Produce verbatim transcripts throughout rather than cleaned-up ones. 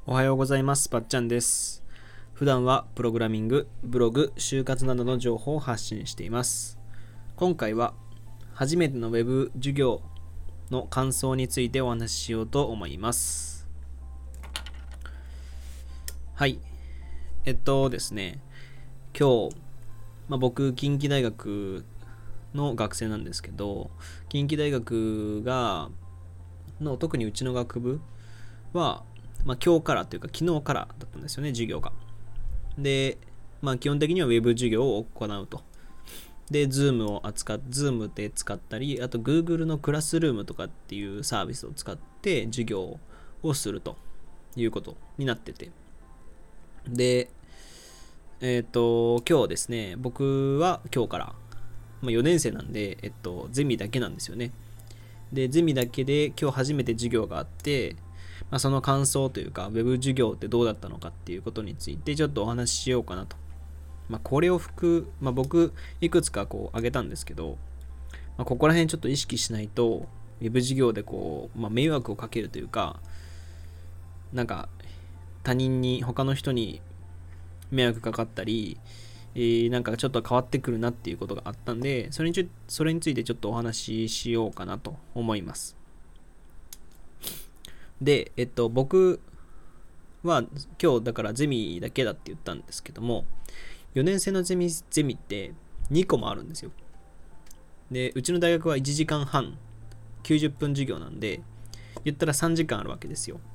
おはようございます。ぱっちゃんです。普段はプログラミング、ブログ、就活などの情報を発信しています。今回は初めてのウェブ授業の感想についてお話ししようと思います。はい。えっとですね、今日、まあ、僕、近畿大学の学生なんですけど、近畿大学が、の特にうちの学部は、まあ、今日からというか昨日からだったんですよね、授業が。で、まあ、基本的には Web 授業を行うと。で、Zoom を扱っ、Zoom で使ったり、あと Google のクラスルームとかっていうサービスを使って授業をするということになってて。で、えっ、と、今日ですね、僕は今日から、まあ、よねん生なんで、えっと、ゼミだけなんですよね。で、ゼミだけで今日初めて授業があって、まあ、その感想というか、ウェブ授業ってどうだったのかっていうことについてちょっとお話ししようかなと。まあ、これを含く、まあ、僕、いくつかこう挙げたんですけど、まあ、ここら辺ちょっと意識しないと、ウェブ授業でこう、まあ、迷惑をかけるというか、なんか、他人に、他の人に迷惑かかったり、えー、なんかちょっと変わってくるなっていうことがあったんで、それにちそれについてちょっとお話ししようかなと思います。で、えっと、僕は今日だからゼミだけだって言ったんですけども、よねん生のゼミ、ゼミってにこもあるんですよ。で、うちの大学はいちじかんはん、きゅうじゅっぷん授業なんで、言ったらさんじかんあるわけですよ。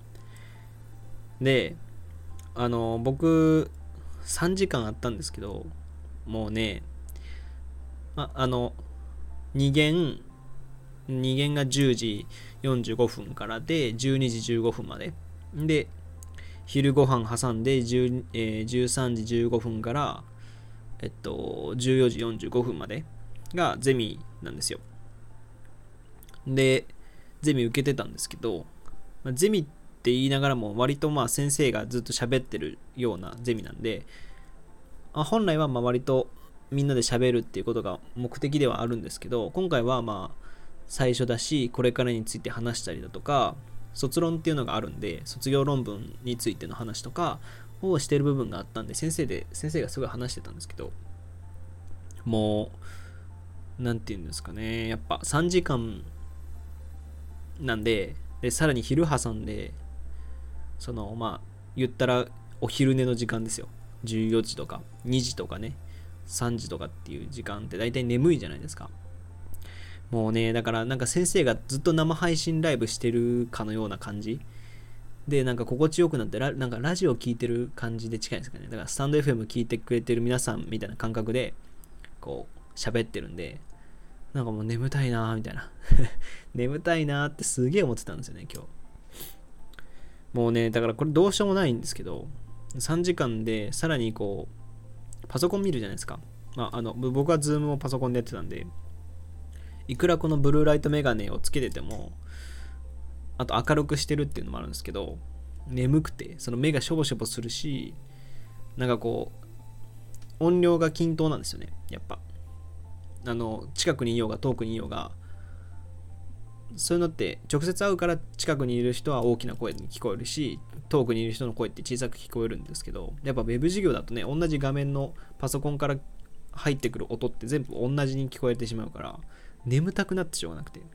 で、あの、僕、さんじかんあったんですけど、もうね、ま、あの、に限、に限がじゅうじよんじゅうごふんからで、じゅうにじじゅうごふんまで。で、昼ご飯挟んでじゅう、えー、じゅうさんじじゅうごふんから、えっと、じゅうよじよんじゅうごふんまでがゼミなんですよ。で、ゼミ受けてたんですけど、ゼミって言いながらも割とまあ先生がずっと喋ってるようなゼミなんで、本来はまあ割とみんなで喋るっていうことが目的ではあるんですけど、今回はまあ最初だし、これからについて話したりだとか、卒論っていうのがあるんで、卒業論文についての話とかをしてる部分があったんで、先生で、先生がすごい話してたんですけど、もう、なんていうんですかね、やっぱさんじかんなんで、で、さらに昼挟んで、その、まあ、言ったらお昼寝の時間ですよ。じゅうよじとか、にじとかね、さんじとかっていう時間って大体眠いじゃないですか。もうね、だからなんか先生がずっと生配信ライブしてるかのような感じで、なんか心地よくなってラ、なんかラジオ聞いてる感じで近いんですかね。だからスタンド エフエム 聞いてくれてる皆さんみたいな感覚で、こう、喋ってるんで、なんかもう眠たいなーみたいな。眠たいなーってすげえ思ってたんですよね、今日。もうね、だからこれどうしようもないんですけど、さんじかんでさらにこう、パソコン見るじゃないですか。まあ、あの、僕はズームをパソコンでやってたんで、いくらこのブルーライトメガネをつけてても、あと明るくしてるっていうのもあるんですけど、眠くて、その目がしょぼしょぼするし、なんかこう、音量が均等なんですよね、やっぱ。あの、近くにいようが遠くにいようが、そういうのって直接会うから近くにいる人は大きな声に聞こえるし、遠くにいる人の声って小さく聞こえるんですけど、やっぱウェブ授業だとね、同じ画面のパソコンから入ってくる音って全部同じに聞こえてしまうから、眠たくなってしょうがなくて。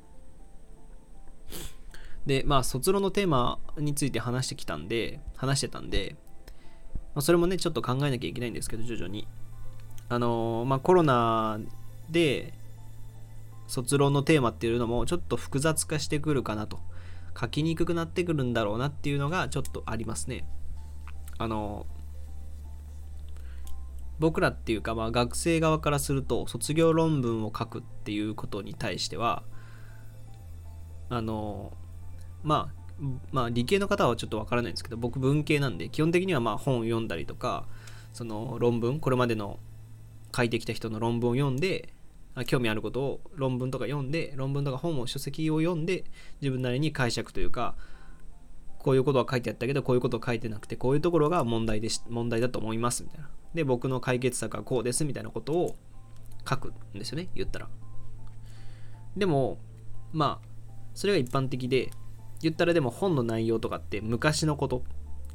で、まあ、卒論のテーマについて話してきたんで、話してたんで、まあ、それもね、ちょっと考えなきゃいけないんですけど、徐々に。あのー、まあ、コロナで、卒論のテーマっていうのもちょっと複雑化してくるかなと。書きにくくなってくるんだろうなっていうのがちょっとありますね。あのー、僕らっていうか、まあ、学生側からすると、卒業論文を書くっていうことに対しては、あのー、まあ、まあ理系の方はちょっとわからないんですけど、僕文系なんで基本的にはまあ本を読んだりとか、その論文、これまでの書いてきた人の論文を読んで、興味あることを論文とか読んで、論文とか本を書籍を読んで、自分なりに解釈というか、こういうことは書いてあったけどこういうことは書いてなくて、こういうところが問題でし問題だと思いますみたいな。で、僕の解決策はこうですみたいなことを書くんですよね、言ったら。でもまあそれが一般的で、言ったらでも本の内容とかって昔のこと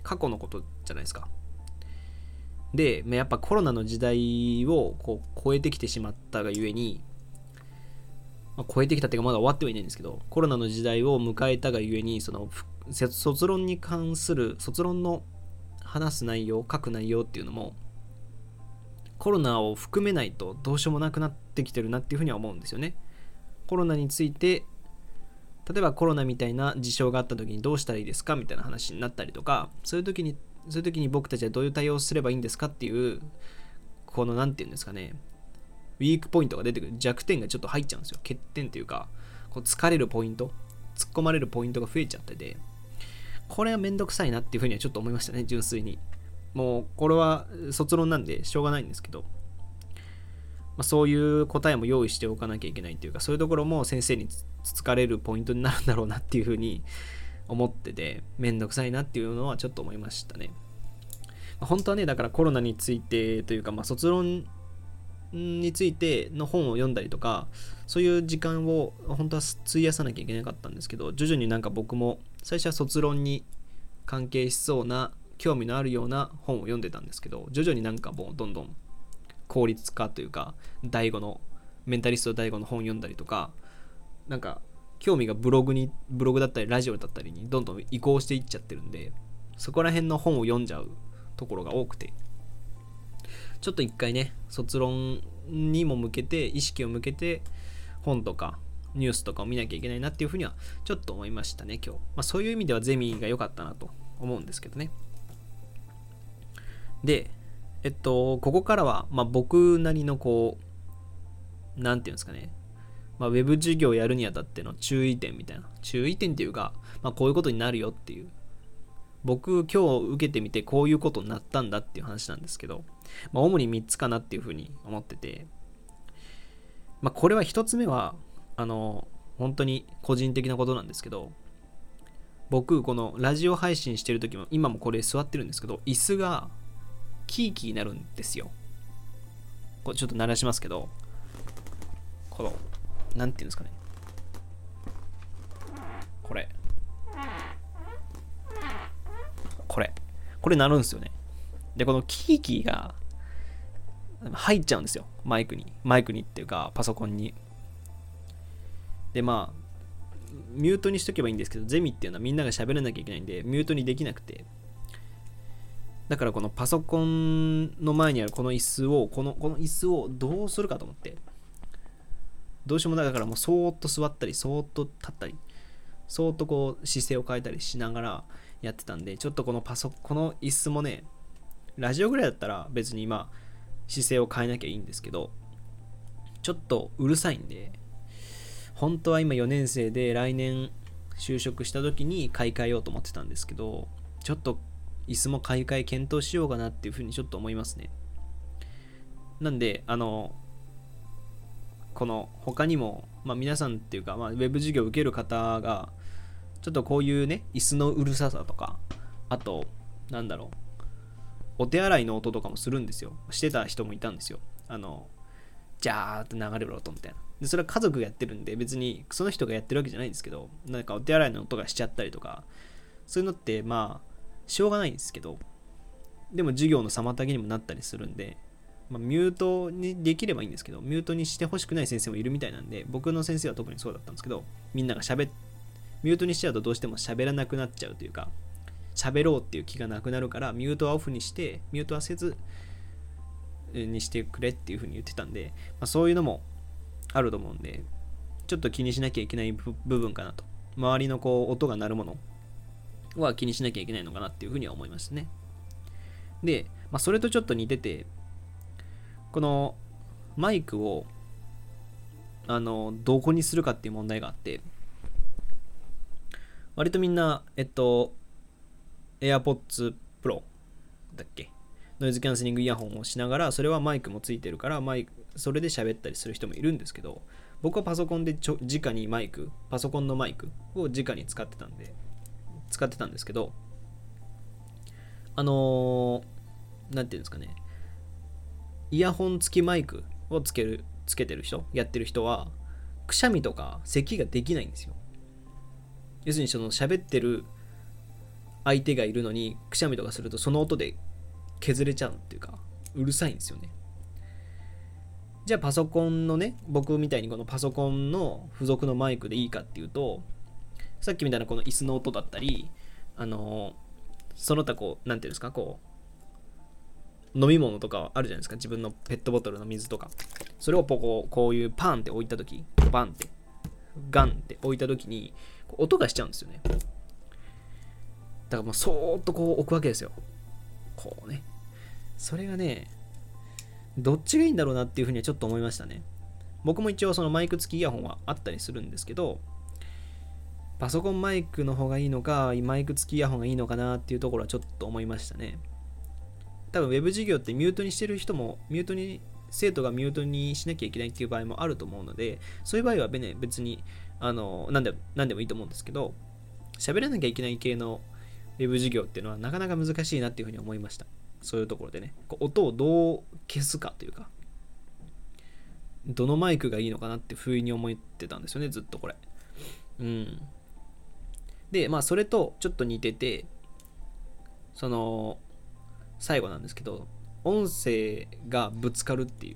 過去のことじゃないですか。で、やっぱコロナの時代をこう超えてきてしまったがゆえに、まあ、超えてきたっていうかまだ終わってはいないんですけど、コロナの時代を迎えたがゆえに、その卒論に関する卒論の話す内容、書く内容っていうのもコロナを含めないとどうしようもなくなってきてるなっていうふうには思うんですよね。コロナについて、例えばコロナみたいな事象があった時にどうしたらいいですかみたいな話になったりとか、そういう時にそういう時に僕たちはどういう対応をすればいいんですかっていう、このなんていうんですかね、ウィークポイントが出てくる、弱点がちょっと入っちゃうんですよ。欠点っていうか、こう疲れるポイント、突っ込まれるポイントが増えちゃってて、これはめんどくさいなっていうふうにはちょっと思いましたね、純粋に。もうこれは卒論なんでしょうがないんですけど、まあ、そういう答えも用意しておかなきゃいけないっていうか、そういうところも先生につつかれるポイントになるんだろうなっていうふうに思ってて、めんどくさいなっていうのはちょっと思いましたね。まあ、本当はね、だからコロナについてというか、まあ、卒論についての本を読んだりとか、そういう時間を本当は費やさなきゃいけなかったんですけど、徐々になんか僕も最初は卒論に関係しそうな興味のあるような本を読んでたんですけど、徐々になんかもうどんどん効率化というか、大悟のメンタリスト大悟の本を読んだりとか、なんか興味がブログにブログだったりラジオだったりにどんどん移行していっちゃってるんで、そこら辺の本を読んじゃうところが多くて、ちょっと一回ね、卒論にも向けて意識を向けて本とかニュースとかを見なきゃいけないなっていうふうにはちょっと思いましたね今日。まあ、そういう意味ではゼミが良かったなと思うんですけどね。で、えっとここからはまあ僕なりのこうなんていうんですかね、まあ、ウェブ授業をやるにあたっての注意点みたいな、注意点っていうか、まあ、こういうことになるよっていう、僕今日受けてみてこういうことになったんだっていう話なんですけど、まあ、主にみっつかなっていうふうに思ってて、まあ、これはひとつめはあの本当に個人的なことなんですけど、僕このラジオ配信してる時も今もこれ座ってるんですけど、椅子がキーキーになるんですよ。これちょっと鳴らしますけど、このなんていうんですかね、これこれこれ鳴るんですよね。でこのキーキーが入っちゃうんですよ、マイクにマイクにっていうかパソコンに。でまあミュートにしとけばいいんですけど、ゼミっていうのはみんなが喋らなきゃいけないんでミュートにできなくて、だからこのパソコンの前にあるこの椅子をこのこの椅子をどうするかと思って、どうしようもない、だからもうそーっと座ったりそーっと立ったりそーっとこう姿勢を変えたりしながらやってたんで、ちょっとこのパソこの椅子もね、ラジオぐらいだったら別に今姿勢を変えなきゃいいんですけど、ちょっとうるさいんで、本当は今よねん生で来年就職した時に買い替えようと思ってたんですけど、ちょっと椅子も買い替え検討しようかなっていうふうにちょっと思いますね。なんであのこの他にも、まあ、皆さんっていうか、まあ、ウェブ授業を受ける方がちょっとこういうね椅子のうるささとか、あとなんだろう、お手洗いの音とかもするんですよ。してた人もいたんですよ。あのジャーって流れる音みたいな。でそれは家族がやってるんで別にその人がやってるわけじゃないんですけど、なんかお手洗いの音がしちゃったりとか、そういうのってまあしょうがないんですけど、でも授業の妨げにもなったりするんで、まあ、ミュートにできればいいんですけど、ミュートにしてほしくない先生もいるみたいなんで、僕の先生は特にそうだったんですけど、みんなが喋っミュートにしちゃうとどうしても喋らなくなっちゃうというか、喋ろうっていう気がなくなるから、ミュートはオフにしてミュートはせずにしてくれっていう風に言ってたんで、まあ、そういうのもあると思うんで、ちょっと気にしなきゃいけない部分かなと。周りのこう音が鳴るものは気にしなきゃいけないのかなっていう風には思いましたね。で、まあ、それとちょっと似てて、このマイクをあのどこにするかっていう問題があって、割とみんなえっと AirPods Pro だっけ、ノイズキャンセリングイヤホンをしながら、それはマイクもついてるからマイクそれで喋ったりする人もいるんですけど、僕はパソコンでちょ直にマイクパソコンのマイクを直に使ってたんで使ってたんですけど、あのー、なんていうんですかね、イヤホン付きマイクをつけるつけてる人やってる人はくしゃみとか咳ができないんですよ。要するにその喋ってる相手がいるのにくしゃみとかするとその音で削れちゃうっていうか、うるさいんですよね。じゃあパソコンのね、僕みたいにこのパソコンの付属のマイクでいいかっていうと、さっきみたいなこの椅子の音だったり、あのその他こう、なんていうんですか、こう飲み物とかあるじゃないですか、自分のペットボトルの水とか、それをこうこういうパンって置いたとき、バンってガンって置いたときに音がしちゃうんですよね。だからもうそーっとこう置くわけですよ。こうね。それがね、どっちがいいんだろうなっていうふうにはちょっと思いましたね。僕も一応そのマイク付きイヤホンはあったりするんですけど、パソコンマイクの方がいいのか、マイク付きイヤホンがいいのかなっていうところはちょっと思いましたね。多分ウェブ授業ってミュートにしてる人も、ミュートに、生徒がミュートにしなきゃいけないっていう場合もあると思うので、そういう場合はね、別に、あの、何でも、何でもいいと思うんですけど、喋らなきゃいけない系のウェブ授業っていうのはなかなか難しいなっていうふうに思いました。そういうところでね、こう音をどう消すかというか、どのマイクがいいのかなって不意に思ってたんですよね、ずっとこれ。うん。で、まあ、それとちょっと似てて、その、最後なんですけど、音声がぶつかるっていう。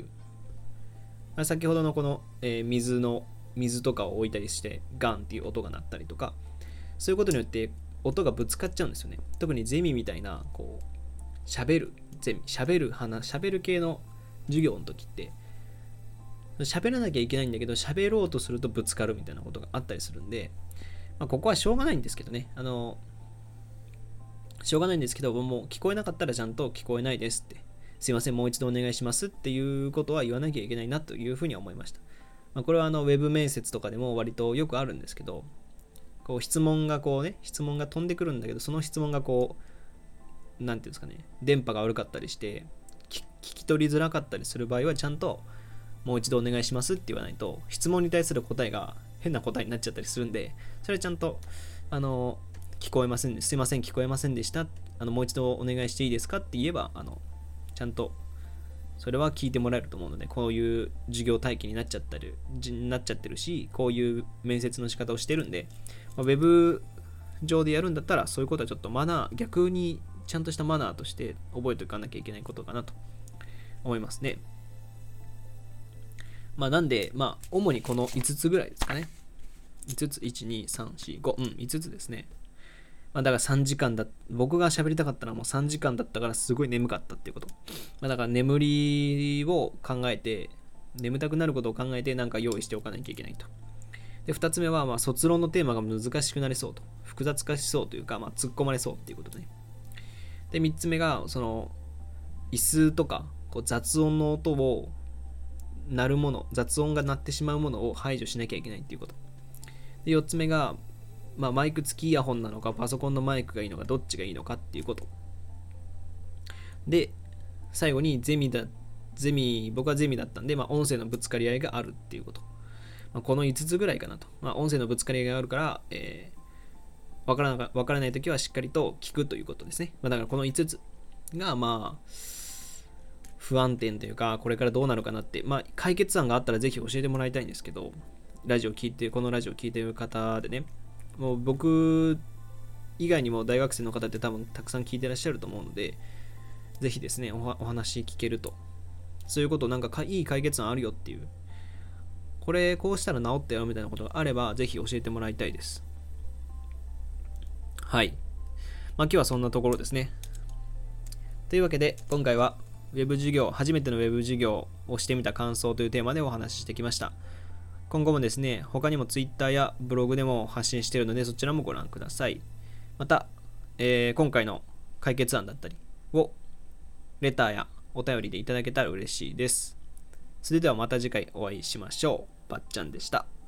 先ほどのこの、えー水の、水とかを置いたりして、ガンっていう音が鳴ったりとか、そういうことによって音がぶつかっちゃうんですよね。特にゼミみたいな、こう、喋る、ゼミ、喋る話、喋る系の授業の時って、喋らなきゃいけないんだけど、喋ろうとするとぶつかるみたいなことがあったりするんで、まあ、ここはしょうがないんですけどね、あの、しょうがないんですけど、もう聞こえなかったらちゃんと聞こえないですって、すいません、もう一度お願いしますっていうことは言わなきゃいけないなというふうに思いました。まあ、これはあのウェブ面接とかでも割とよくあるんですけど、こう質問がこうね、質問が飛んでくるんだけど、その質問がこう、なんていうんですかね、電波が悪かったりして、聞き取りづらかったりする場合は、ちゃんともう一度お願いしますって言わないと、質問に対する答えが変な答えになっちゃったりするんで、それはちゃんと、あの、聞こえません、すいません、聞こえませんでした。あのもう一度お願いしていいですかって言えば、あの、ちゃんと、それは聞いてもらえると思うので、こういう授業体系になっちゃったり、なっちゃってるし、こういう面接の仕方をしてるんで、まあ、ウェブ上でやるんだったら、そういうことはちょっとマナー、逆にちゃんとしたマナーとして覚えておかなきゃいけないことかなと思いますね。まあなんで、まあ主にこのいつつぐらいですかね。いつつ、いち、に、さん、よん、ご、うん、いつつですね。まあだからさんじかんだ、僕が喋りたかったのはもうさんじかんだったからすごい眠かったっていうこと。まあだから眠りを考えて、眠たくなることを考えてなんか用意しておかなきゃいけないと。で、ふたつめはまあ卒論のテーマが難しくなりそうと。複雑化しそうというか、まあ突っ込まれそうっていうことね。で、みっつめが、その、椅子とかこう雑音の音を鳴るもの、雑音が鳴ってしまうものを排除しなきゃいけないっていうこと。で、よっつめが、まあ、マイク付きイヤホンなのか、パソコンのマイクがいいのか、どっちがいいのかっていうこと。で、最後にゼミだ、ゼミ、僕はゼミだったんで、まあ、音声のぶつかり合いがあるっていうこと。まあ、このいつつぐらいかなと。まあ、音声のぶつかり合いがあるから、えー、わからなわからないときはしっかりと聞くということですね。まあ、だからこのいつつが、まあ、不安定というか、これからどうなるかなって、まあ、解決案があったらぜひ教えてもらいたいんですけど、ラジオ聞いて、このラジオ聞いてる方でね、もう僕以外にも大学生の方って多分たくさん聞いてらっしゃると思うので、ぜひですね、お, お話聞けると。そういうこと、なんかいい解決案あるよっていう。これこうしたら治ったよみたいなことがあれば、ぜひ教えてもらいたいです。はい。まあ今日はそんなところですね。というわけで、今回はウェブ授業、初めてのウェブ授業をしてみた感想というテーマでお話ししてきました。今後もですね、他にも Twitter やブログでも発信しているので、そちらもご覧ください。また、えー、今回の解決案だったりをレターやお便りでいただけたら嬉しいです。それではまた次回お会いしましょう。ばっちゃんでした。